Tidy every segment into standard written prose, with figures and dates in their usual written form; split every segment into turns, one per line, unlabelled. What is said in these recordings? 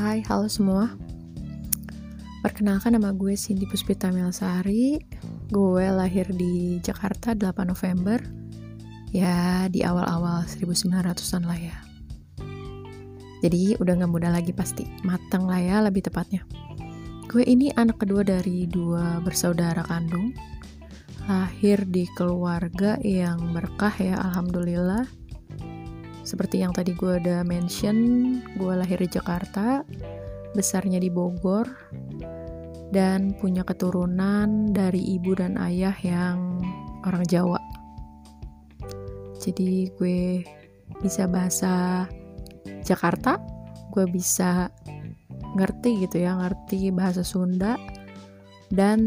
Hai, halo semua. Perkenalkan, nama gue Cindy Puspita Melsari. Gue lahir di Jakarta 8 November. Ya, di awal-awal 1900-an lah ya. Jadi udah gak muda lagi pasti. Mateng lah ya lebih tepatnya. Gue ini anak kedua dari 2 bersaudara kandung. Lahir di keluarga yang berkah ya, alhamdulillah. Seperti yang tadi gue udah mention, gue lahir di Jakarta, besarnya di Bogor, dan punya keturunan dari ibu dan ayah yang orang Jawa. Jadi gue bisa bahasa Jakarta, gue bisa ngerti bahasa Sunda, dan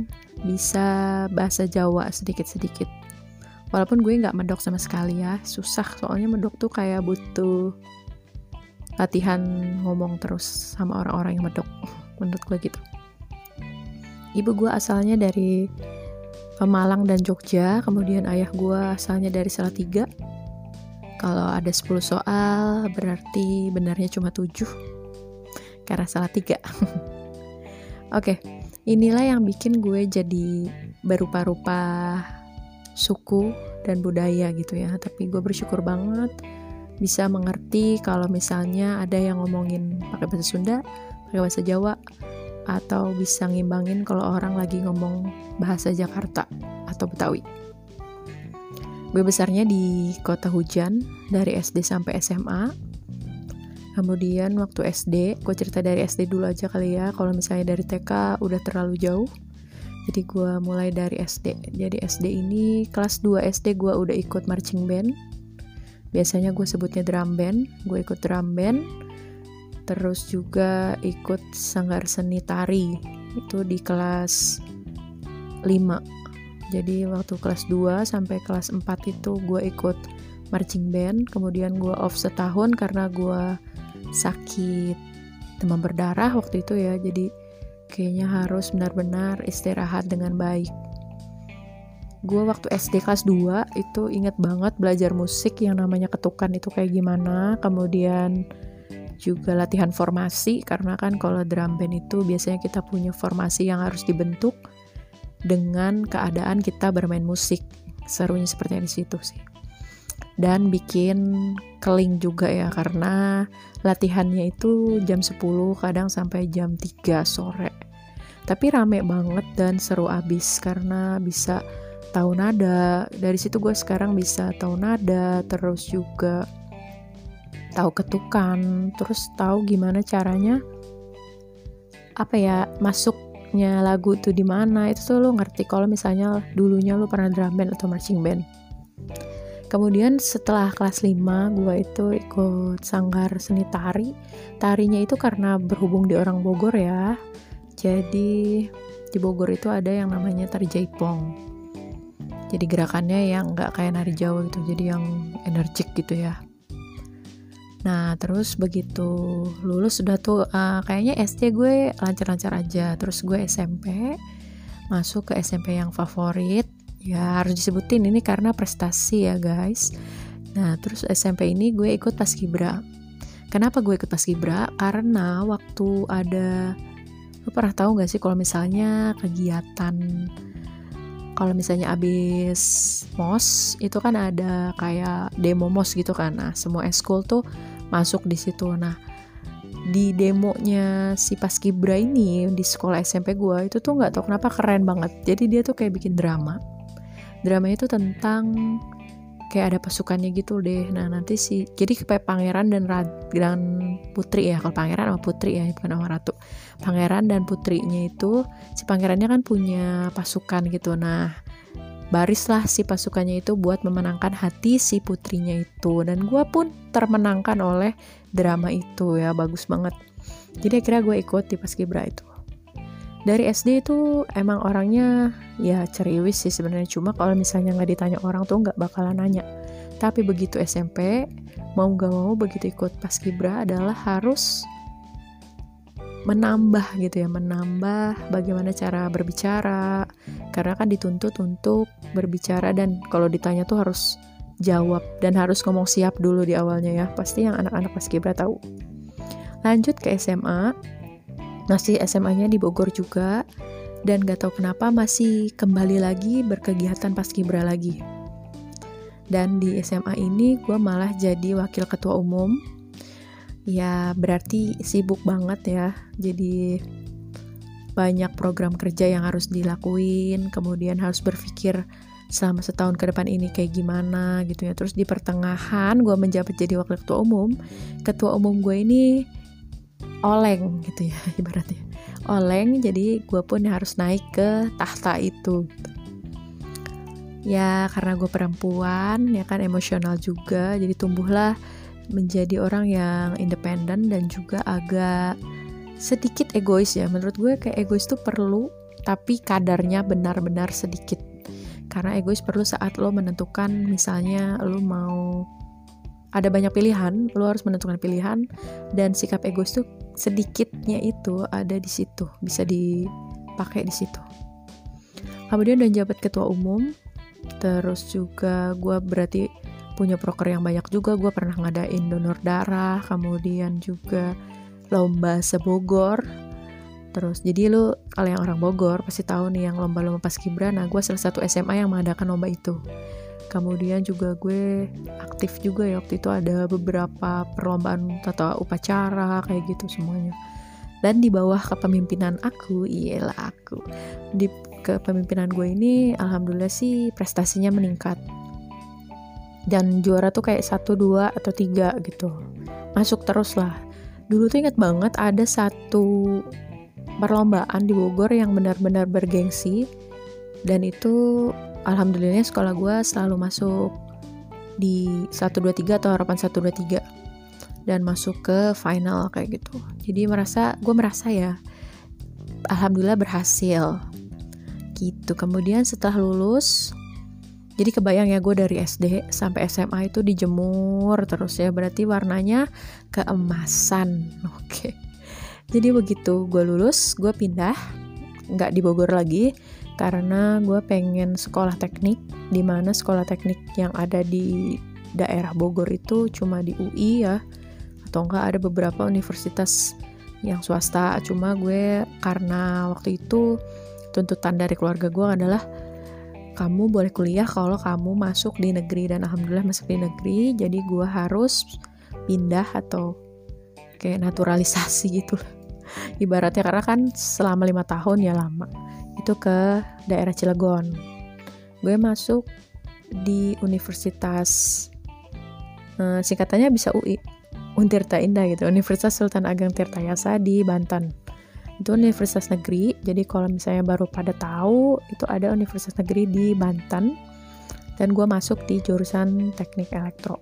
bisa bahasa Jawa sedikit-sedikit. Walaupun gue gak medok sama sekali ya, susah soalnya medok tuh kayak butuh latihan ngomong terus sama orang-orang yang medok, menurut gue gitu. Ibu gue asalnya dari Malang dan Jogja, kemudian ayah gue asalnya dari Salatiga. Kalau ada 10 soal, berarti benarnya cuma 7, karena Salatiga. Oke, inilah yang bikin gue jadi berupa-rupa suku dan budaya gitu ya, tapi gue bersyukur banget bisa mengerti kalau misalnya ada yang ngomongin pakai bahasa Sunda, pakai bahasa Jawa, atau bisa ngimbangin kalau orang lagi ngomong bahasa Jakarta atau Betawi. Gue besarnya di kota hujan dari SD sampai SMA. Kemudian waktu SD, gue cerita dari SD dulu aja kali ya, kalau misalnya dari TK udah terlalu jauh. Jadi gue mulai dari SD. Jadi SD ini kelas 2 SD gue udah ikut marching band. Biasanya gue sebutnya drum band. Gue ikut drum band. Terus juga ikut sanggar seni tari. Itu di kelas 5. Jadi waktu kelas 2 sampai kelas 4 itu gue ikut marching band. Kemudian gue off setahun karena gue sakit demam berdarah waktu itu ya. Jadi kayaknya harus benar-benar istirahat dengan baik. Gue waktu SD kelas 2 itu inget banget belajar musik yang namanya ketukan itu kayak gimana. Kemudian juga latihan formasi, karena kan kalau drum band itu biasanya kita punya formasi yang harus dibentuk dengan keadaan kita bermain musik. Serunya seperti di situ sih. Dan bikin keling juga ya, karena latihannya itu jam 10 kadang sampai jam 3 sore. Tapi rame banget dan seru abis karena bisa tahu nada. Dari situ gue sekarang bisa tahu nada, terus juga tahu ketukan, terus tahu gimana caranya masuknya lagu tuh di mana. Itu tuh lo ngerti kalau misalnya dulunya lo pernah drum band atau marching band. Kemudian setelah kelas 5 gue itu ikut sanggar seni tari. Tarinya itu karena berhubung di orang Bogor ya. Jadi di Bogor itu ada yang namanya tari jaipong. Jadi gerakannya yang gak kayak nari Jawa gitu, jadi yang energik gitu ya. Nah terus begitu lulus udah tuh kayaknya SD gue lancar-lancar aja. Terus gue SMP, masuk ke SMP yang favorit. Ya harus disebutin ini karena prestasi ya guys. Nah terus SMP ini gue ikut Paskibra. Kenapa gue ikut Paskibra? Karena waktu ada, lo pernah tahu gak sih kalau misalnya kegiatan, kalau misalnya abis MOS itu kan ada kayak demo MOS gitu kan. Nah semua eskul tuh masuk di situ. Nah di demonya si Paskibra ini di sekolah SMP gue itu tuh nggak tahu kenapa keren banget. Jadi dia tuh kayak bikin drama. Dramanya itu tentang kayak ada pasukannya gitu deh. Nah nanti jadi kayak pangeran dan putri ya. Kalau pangeran sama putri ya, bukan sama ratu. Pangeran dan putrinya itu, si pangerannya kan punya pasukan gitu. Nah barislah si pasukannya itu buat memenangkan hati si putrinya itu. Dan gue pun termenangkan oleh drama itu ya, bagus banget. Jadi akhirnya gue ikut di Paskibra itu. Dari SD itu emang orangnya ya ceriwis sih sebenarnya, cuma kalau misalnya nggak ditanya orang tuh nggak bakalan nanya. Tapi begitu SMP, mau nggak mau begitu ikut Paskibra adalah harus menambah gitu ya, menambah bagaimana cara berbicara, karena kan dituntut untuk berbicara dan kalau ditanya tuh harus jawab dan harus ngomong siap dulu di awalnya ya. Pasti yang anak-anak Paskibra tahu. Lanjut ke SMA, masih SMA-nya di Bogor juga, dan gak tahu kenapa masih kembali lagi berkegiatan paskibra lagi. Dan di SMA ini gue malah jadi wakil ketua umum. Ya berarti sibuk banget ya, jadi banyak program kerja yang harus dilakuin, kemudian harus berpikir selama setahun ke depan ini kayak gimana gitu ya. Terus di pertengahan gue menjabat jadi wakil ketua umum gue ini oleng gitu ya ibaratnya, oleng, jadi gue pun harus naik ke tahta itu gitu. Ya karena gue perempuan ya kan, emosional juga, jadi tumbuhlah menjadi orang yang independen dan juga agak sedikit egois ya. Menurut gue kayak egois tuh perlu, tapi kadarnya benar-benar sedikit. Karena egois perlu saat lo menentukan, misalnya lo mau ada banyak pilihan, lo harus menentukan pilihan, dan sikap egois tuh sedikitnya itu ada di situ, bisa dipakai di situ. Kemudian udah jabat ketua umum, terus juga gue berarti punya proker yang banyak juga. Gue pernah ngadain donor darah, kemudian juga lomba se-Bogor. Terus jadi lu kalau yang orang Bogor pasti tahu nih yang lomba-lomba paskibra. Nah gue salah satu SMA yang mengadakan lomba itu. Kemudian juga gue aktif juga ya, waktu itu ada beberapa perlombaan tata upacara kayak gitu semuanya. Dan di bawah kepemimpinan aku, di kepemimpinan gue ini alhamdulillah sih prestasinya meningkat. Dan juara tuh kayak 1, 2, atau 3 gitu. Masuk terus lah. Dulu tuh ingat banget ada satu perlombaan di Bogor yang benar-benar bergengsi, dan itu alhamdulillahnya sekolah gue selalu masuk di 123 atau harapan 123 dan masuk ke final kayak gitu. Jadi gue merasa ya alhamdulillah berhasil gitu. Kemudian setelah lulus, jadi kebayang ya gue dari SD sampai SMA itu dijemur terus ya, berarti warnanya keemasan. Oke. Jadi begitu gue lulus, gue pindah, nggak di Bogor lagi, karena gue pengen sekolah teknik, di mana sekolah teknik yang ada di daerah Bogor itu cuma di UI ya, atau enggak ada beberapa universitas yang swasta. Cuma gue karena waktu itu tuntutan dari keluarga gue adalah kamu boleh kuliah kalau kamu masuk di negeri, dan alhamdulillah masuk di negeri. Jadi gue harus pindah atau kayak naturalisasi gitu ibaratnya, karena kan selama 5 tahun ya lama itu ke daerah Cilegon. Gue masuk di universitas, singkatannya bisa UI, Untirta Indah gitu, Universitas Sultan Ageng Tirtayasa di Banten. Itu universitas negeri, jadi kalau misalnya baru pada tahu, itu ada universitas negeri di Banten, dan gue masuk di jurusan teknik elektro.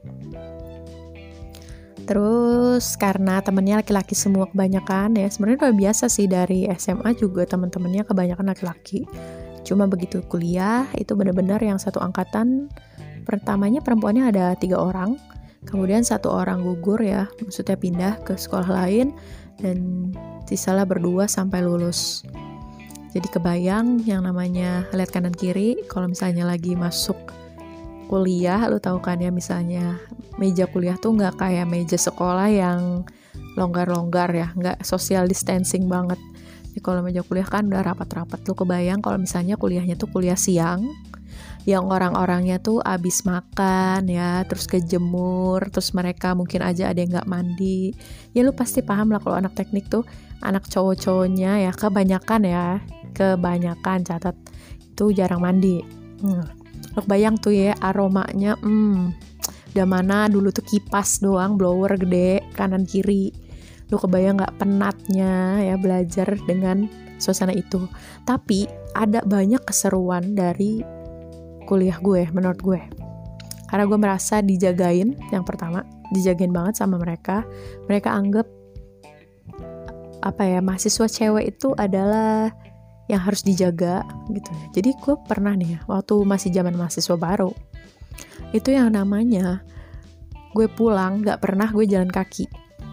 Terus karena temennya laki-laki semua kebanyakan ya, sebenarnya udah biasa sih dari SMA juga teman-temannya kebanyakan laki-laki. Cuma begitu kuliah itu benar-benar yang satu angkatan, pertamanya perempuannya ada 3 orang, kemudian 1 orang gugur ya, maksudnya pindah ke sekolah lain, dan sisalah berdua sampai lulus. Jadi kebayang yang namanya lihat kanan kiri, kalau misalnya lagi masuk kuliah, lu tahu kan ya, misalnya meja kuliah tuh nggak kayak meja sekolah yang longgar-longgar ya, nggak social distancing banget. Jadi kalau meja kuliah kan udah rapat-rapat. Lu kebayang kalau misalnya kuliahnya tuh kuliah siang, yang orang-orangnya tuh abis makan ya, terus kejemur, terus mereka mungkin aja ada yang nggak mandi. Ya lu pasti paham lah kalau anak teknik tuh, anak cowok-cowoknya ya kebanyakan catat itu jarang mandi. Lo bayang tuh ya aromanya, udah mana dulu tuh kipas doang, blower gede kanan kiri. Lo kebayang gak penatnya ya belajar dengan suasana itu. Tapi ada banyak keseruan dari kuliah gue menurut gue. Karena gue merasa dijagain, yang pertama dijagain banget sama mereka. Mereka anggap mahasiswa cewek itu adalah yang harus dijaga gitu. Jadi gue pernah nih ya, waktu masih zaman mahasiswa baru, itu yang namanya gue pulang gak pernah gue jalan kaki.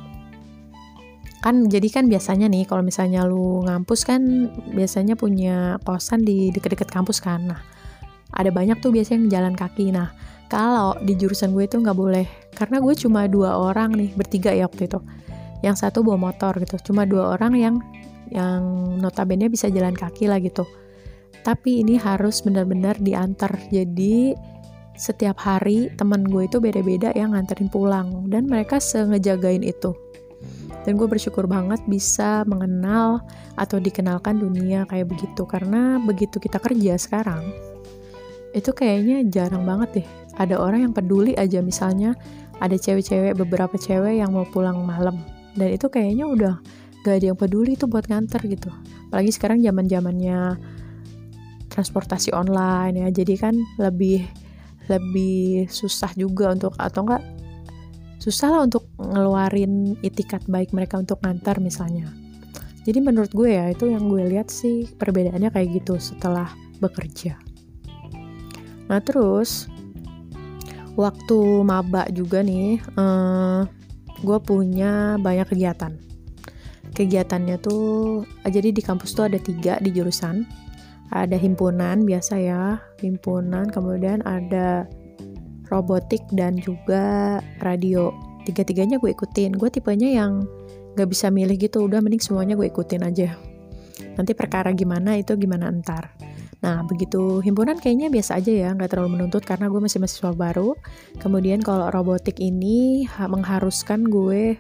Kan jadi kan biasanya nih kalau misalnya lu ngampus kan biasanya punya kosan di deket-deket kampus kan. Nah ada banyak tuh biasanya yang jalan kaki. Nah kalau di jurusan gue itu gak boleh, karena gue cuma 2 orang nih, bertiga ya waktu itu. yang satu bawa motor gitu. Cuma 2 orang yang notabene bisa jalan kaki lah gitu. Tapi ini harus benar-benar diantar. Jadi setiap hari teman gue itu beda-beda yang nganterin pulang, dan mereka ngejagain itu. Dan gue bersyukur banget bisa mengenal atau dikenalkan dunia kayak begitu, karena begitu kita kerja sekarang itu kayaknya jarang banget deh ada orang yang peduli aja. Misalnya ada beberapa cewek yang mau pulang malam, dan itu kayaknya udah gak ada yang peduli itu buat nganter gitu. Apalagi sekarang zamannya transportasi online ya, jadi kan lebih susah juga untuk, atau enggak susah lah untuk ngeluarin itikat baik mereka untuk ngantar misalnya. Jadi menurut gue ya, itu yang gue lihat sih perbedaannya kayak gitu setelah bekerja. Nah terus waktu maba juga nih, gue punya banyak kegiatan. Kegiatannya tuh, jadi di kampus tuh ada 3 di jurusan. Ada himpunan biasa ya, kemudian ada robotik dan juga radio. 3-tiganya gue ikutin. Gue tipenya yang gak bisa milih gitu, udah mending semuanya gue ikutin aja. Nanti perkara gimana itu gimana entar. Nah begitu himpunan kayaknya biasa aja ya, gak terlalu menuntut karena gue masih mahasiswa baru. Kemudian kalau robotik ini mengharuskan gue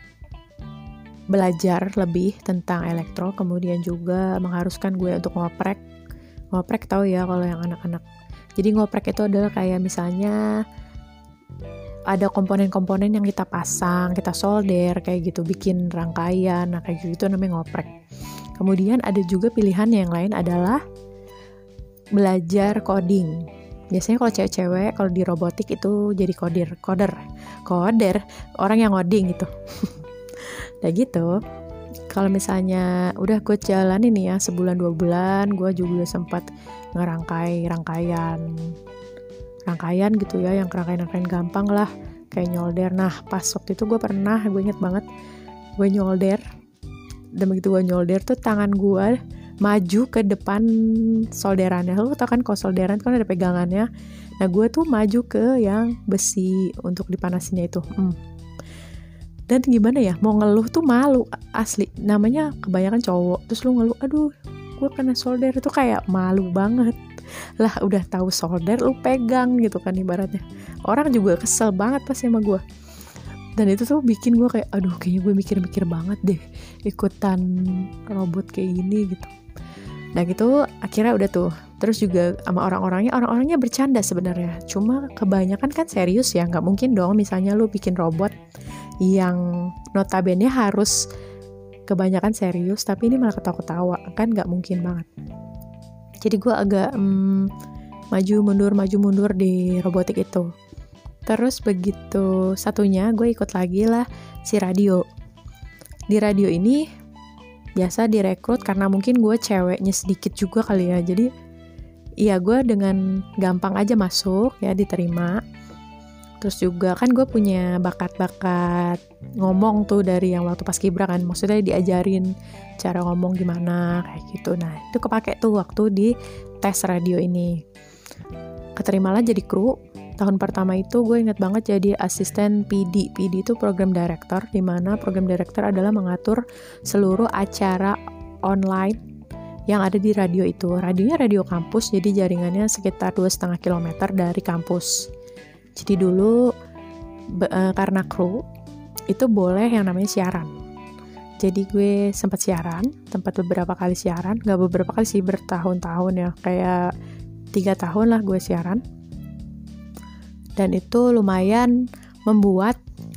belajar lebih tentang elektro, kemudian juga mengharuskan gue untuk ngoprek tahu ya kalau yang anak-anak. Jadi ngoprek itu adalah kayak misalnya ada komponen-komponen yang kita pasang, kita solder kayak gitu, bikin rangkaian, nah kayak gitu namanya ngoprek. Kemudian ada juga pilihan yang lain adalah belajar coding. Biasanya kalau cewek-cewek kalau di robotik itu jadi coder, orang yang ngoding gitu. Nah gitu. Kalau misalnya udah gue jalanin nih ya sebulan 2 bulan, gue juga sempat rangkaian gitu ya, yang rangkaian gampang lah kayak nyolder. Nah pas waktu itu gue inget banget gue nyolder, dan begitu gue nyolder tuh tangan gue maju ke depan solderannya. Lo tau kan kalau solderan kan ada pegangannya, nah gue tuh maju ke yang besi untuk dipanasinnya itu. Dan gimana ya, mau ngeluh tuh malu asli, namanya kebanyakan cowok terus lu ngeluh aduh gue kena solder, itu kayak malu banget lah. Udah tahu solder lu pegang gitu kan ibaratnya, orang juga kesel banget pas sama gue. Dan itu tuh bikin gue kayak aduh kayaknya gue mikir-mikir banget deh ikutan robot kayak gini gitu. Nah gitu akhirnya udah tuh. Terus juga sama orang-orangnya bercanda sebenarnya, cuma kebanyakan kan serius ya, nggak mungkin dong misalnya lu bikin robot yang notabene harus kebanyakan serius tapi ini malah ketawa-ketawa, kan nggak mungkin banget. Jadi gue agak maju mundur di robotik itu. Terus begitu satunya gue ikut lagi lah si radio. Di radio ini biasa direkrut karena mungkin gue ceweknya sedikit juga kali ya, jadi iya gue dengan gampang aja masuk ya, diterima. Terus juga kan gue punya bakat ngomong tuh dari yang waktu pas kibra kan, maksudnya diajarin cara ngomong gimana kayak gitu. Nah itu kepake tuh waktu di tes radio ini. Keterimalah jadi kru. Tahun pertama itu gue inget banget jadi asisten PD. PD itu program director, di mana program director adalah mengatur seluruh acara online yang ada di radio itu. Radionya radio kampus, jadi jaringannya sekitar 2,5 km dari kampus. Jadi dulu karena kru itu boleh yang namanya siaran. Jadi gue sempat beberapa kali siaran, gak beberapa kali sih, bertahun-tahun ya, kayak 3 tahun lah gue siaran. Dan itu lumayan membuat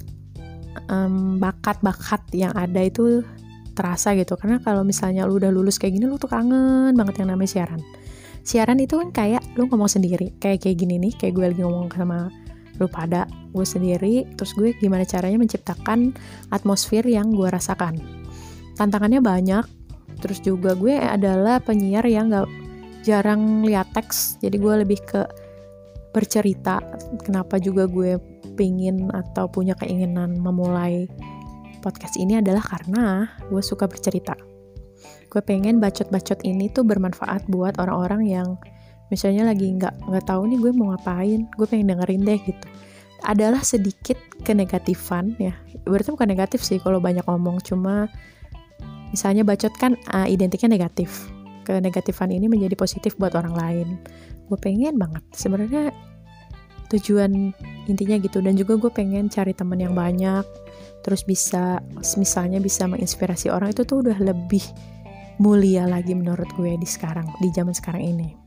bakat-bakat yang ada itu terasa gitu. Karena kalau misalnya lu udah lulus kayak gini, lu tuh kangen banget yang namanya siaran. Siaran itu kan kayak lu ngomong sendiri, kayak gini nih, kayak gue lagi ngomong sama lu pada, gue sendiri, terus gue gimana caranya menciptakan atmosfer yang gue rasakan. Tantangannya banyak. Terus juga gue adalah penyiar yang jarang lihat teks, jadi gue lebih ke bercerita. Kenapa juga gue pingin atau punya keinginan memulai podcast ini adalah karena gue suka bercerita. Gue pengen bacot-bacot ini tuh bermanfaat buat orang-orang yang misalnya lagi nggak tahu nih gue mau ngapain, gue pengen dengerin deh gitu. adalah sedikit kenegatifan ya. Berarti bukan negatif sih kalau banyak ngomong, cuma misalnya bacot kan identiknya negatif. Kenegatifan ini menjadi positif buat orang lain. Gue pengen banget sebenarnya, tujuan intinya gitu. Dan juga gue pengen cari teman yang banyak, terus bisa misalnya bisa menginspirasi orang, itu tuh udah lebih mulia lagi menurut gue di zaman sekarang ini.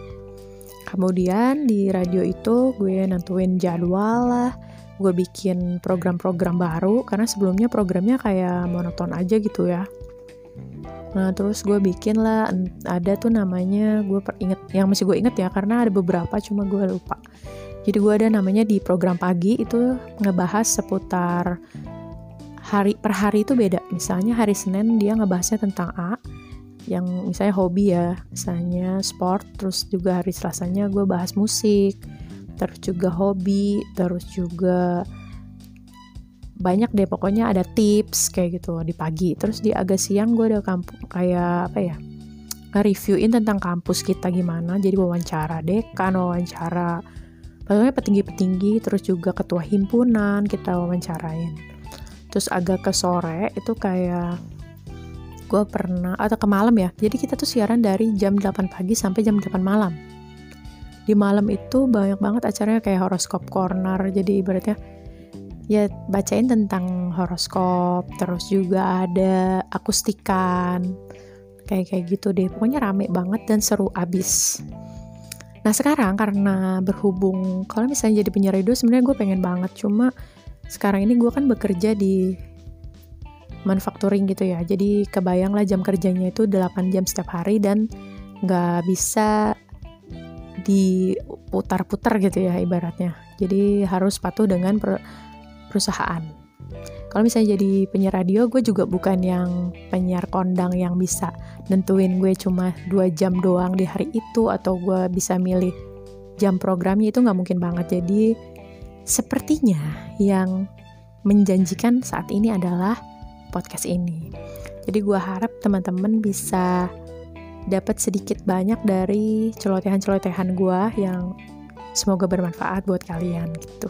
Kemudian di radio itu gue nentuin jadwal lah, gue bikin program-program baru karena sebelumnya programnya kayak monoton aja gitu ya. Nah terus gue bikin lah, ada tuh namanya, yang masih gue inget ya karena ada beberapa cuma gue lupa. Jadi gue ada namanya di program pagi itu ngebahas seputar hari per hari itu beda. Misalnya hari Senin dia ngebahasnya tentang A, yang misalnya hobi ya, misalnya sport. Terus juga hari Selasanya gue bahas musik, terus juga hobi, terus juga banyak deh pokoknya ada tips kayak gitu di pagi. Terus di agak siang gue ada kayak apa ya, nge-reviewin tentang kampus kita gimana. Jadi wawancara dekan, wawancara pokoknya petinggi-petinggi, terus juga ketua himpunan kita wawancarain. Terus agak ke sore itu kayak gue pernah, atau ke malam ya, jadi kita tuh siaran dari jam 8 pagi sampai jam 8 malam. Di malam itu banyak banget acaranya kayak horoskop corner, jadi ibaratnya ya bacain tentang horoskop, terus juga ada akustikan kayak gitu deh. Pokoknya rame banget dan seru abis. Nah sekarang karena berhubung kalau misalnya jadi penyiar radio sebenarnya gue pengen banget, cuma sekarang ini gue kan bekerja di manufacturing gitu ya, jadi kebayang lah jam kerjanya itu 8 jam setiap hari dan gak bisa diputar-putar gitu ya ibaratnya. Jadi harus patuh dengan perusahaan. Kalau misalnya jadi penyiar radio, gue juga bukan yang penyiar kondang yang bisa nentuin gue cuma 2 jam doang di hari itu, atau gue bisa milih jam programnya, itu gak mungkin banget. Jadi sepertinya yang menjanjikan saat ini adalah podcast ini. Jadi gue harap teman-teman bisa dapat sedikit banyak dari celotehan-celotehan gue yang semoga bermanfaat buat kalian gitu.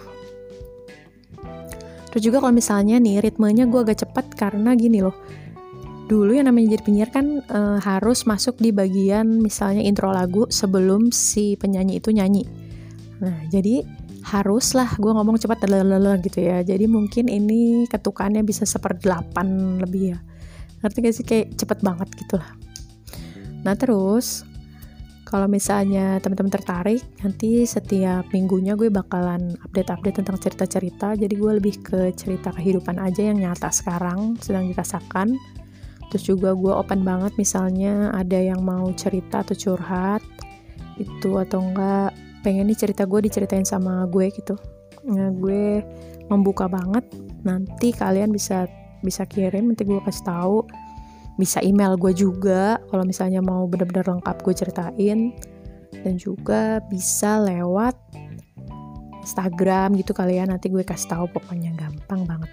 Terus juga kalau misalnya nih ritmenya gue agak cepat karena gini loh. Dulu yang namanya jadi penyiar kan harus masuk di bagian misalnya intro lagu sebelum si penyanyi itu nyanyi. Nah jadi haruslah gue ngomong cepat gitu ya. Jadi mungkin ini ketukannya bisa 1/8 lebih ya. Ngerti gak sih, kayak cepet banget gitu lah. Nah terus kalau misalnya teman-teman tertarik, nanti setiap minggunya gue bakalan update tentang cerita-cerita. Jadi gue lebih ke cerita kehidupan aja yang nyata sekarang sedang dirasakan. Terus juga gue open banget misalnya ada yang mau cerita atau curhat itu, atau enggak pengen nih cerita gue diceritain sama gue gitu. Nah gue membuka banget. Nanti kalian bisa kirim, nanti gue kasih tahu. Bisa email gue juga kalau misalnya mau benar-benar lengkap gue ceritain, dan juga bisa lewat Instagram gitu kalian, nanti gue kasih tahu, pokoknya gampang banget.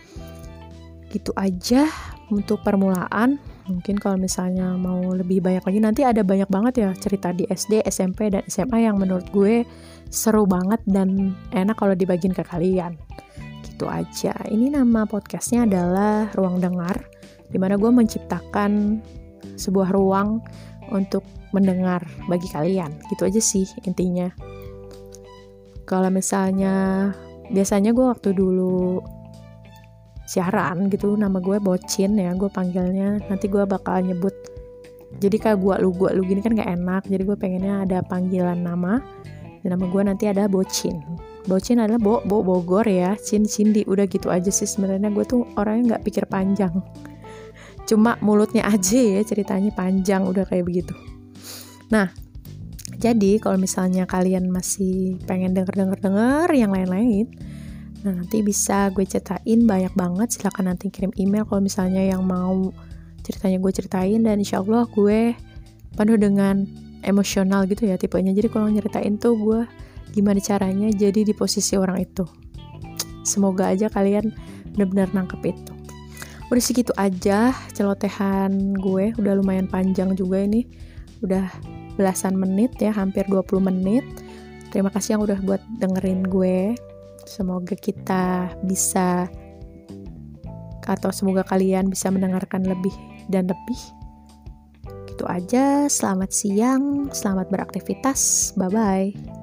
Gitu aja untuk permulaan. Mungkin kalau misalnya mau lebih banyak lagi, nanti ada banyak banget ya cerita di SD, SMP, dan SMA yang menurut gue seru banget dan enak kalau dibagiin ke kalian. Gitu aja. Ini nama podcastnya adalah Ruang Dengar, dimana gue menciptakan sebuah ruang untuk mendengar bagi kalian. Gitu aja sih intinya. Kalau misalnya biasanya gue waktu dulu siaran gitu, nama gue Bocin ya gue panggilnya, nanti gue bakal nyebut, jadi kayak gua lu gini kan gak enak, jadi gue pengennya ada panggilan nama, dan nama gue nanti ada Bocin. Bocin adalah Bogor ya, Cindy, udah gitu aja sih. Sebenarnya gue tuh orangnya gak pikir panjang, cuma mulutnya aja ya ceritanya panjang, udah kayak begitu. Nah jadi kalau misalnya kalian masih pengen denger yang lain-lain, nah nanti bisa gue ceritain banyak banget. Silakan nanti kirim email kalau misalnya yang mau ceritanya gue ceritain, dan insya Allah gue penuh dengan emosional gitu ya tipenya. Jadi kalau nyeritain tuh gue gimana caranya jadi di posisi orang itu. Semoga aja kalian benar-benar nangkep itu. Udah segitu aja celotehan gue, udah lumayan panjang juga ini, udah belasan menit ya, hampir 20 menit. Terima kasih yang udah buat dengerin gue. Semoga kita bisa, atau semoga kalian bisa mendengarkan lebih dan lebih. Gitu aja, selamat siang, selamat beraktivitas, bye-bye.